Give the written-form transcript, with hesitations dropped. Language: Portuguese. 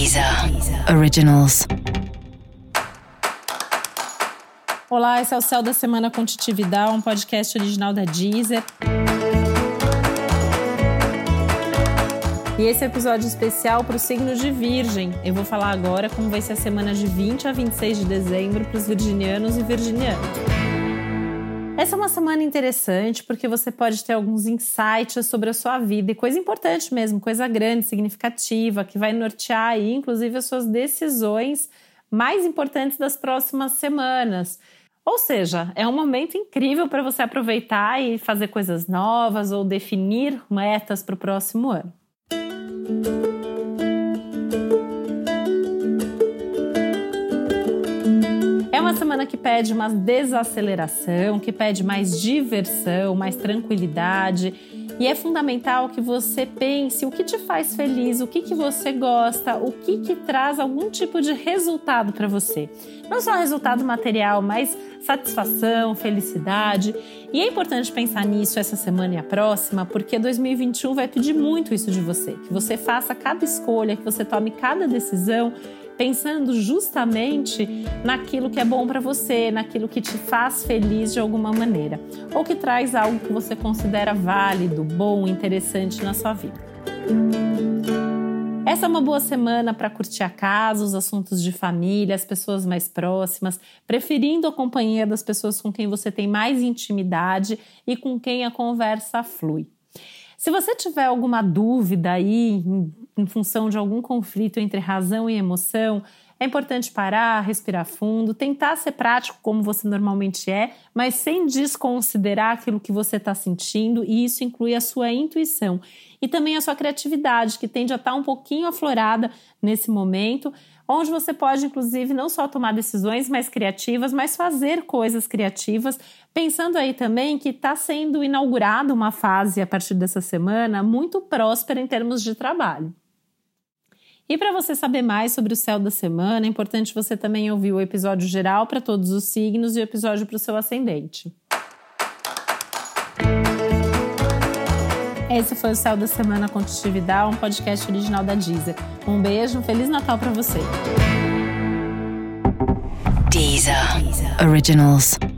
Deezer Originals. Olá, esse é o Céu da Semana com Titi Vidal, um podcast original da Deezer. E esse é um episódio especial para o signo de Virgem. Eu vou falar agora como vai ser a semana de 20 a 26 de dezembro para os virginianos e virginianas. Essa é uma semana interessante porque você pode ter alguns insights sobre a sua vida e coisa importante mesmo, coisa grande, significativa, que vai nortear aí, inclusive, as suas decisões mais importantes das próximas semanas. Ou seja, é um momento incrível para você aproveitar e fazer coisas novas ou definir metas para o próximo ano. É uma semana que pede uma desaceleração, que pede mais diversão, mais tranquilidade. E é fundamental que você pense o que te faz feliz, o que você gosta, o que traz algum tipo de resultado para você. Não só resultado material, mas satisfação, felicidade. E é importante pensar nisso essa semana e a próxima, porque 2021 vai pedir muito isso de você. Que você faça cada escolha, que você tome cada decisão, pensando justamente naquilo que é bom para você, naquilo que te faz feliz de alguma maneira, ou que traz algo que você considera válido, bom, interessante na sua vida. Essa é uma boa semana para curtir a casa, os assuntos de família, as pessoas mais próximas, preferindo a companhia das pessoas com quem você tem mais intimidade e com quem a conversa flui. Se você tiver alguma dúvida aí em função de algum conflito entre razão e emoção, é importante parar, respirar fundo, tentar ser prático como você normalmente é, mas sem desconsiderar aquilo que você está sentindo, e isso inclui a sua intuição e também a sua criatividade, que tende a estar um pouquinho aflorada nesse momento, onde você pode, inclusive, não só tomar decisões mais criativas, mas fazer coisas criativas, pensando aí também que está sendo inaugurada uma fase, a partir dessa semana, muito próspera em termos de trabalho. E para você saber mais sobre o céu da semana, é importante você também ouvir o episódio geral para todos os signos e o episódio para o seu ascendente. Esse foi o Céu da Semana com Titi Vidal, um podcast original da Deezer. Um beijo, um Feliz Natal para você. Deezer Originals.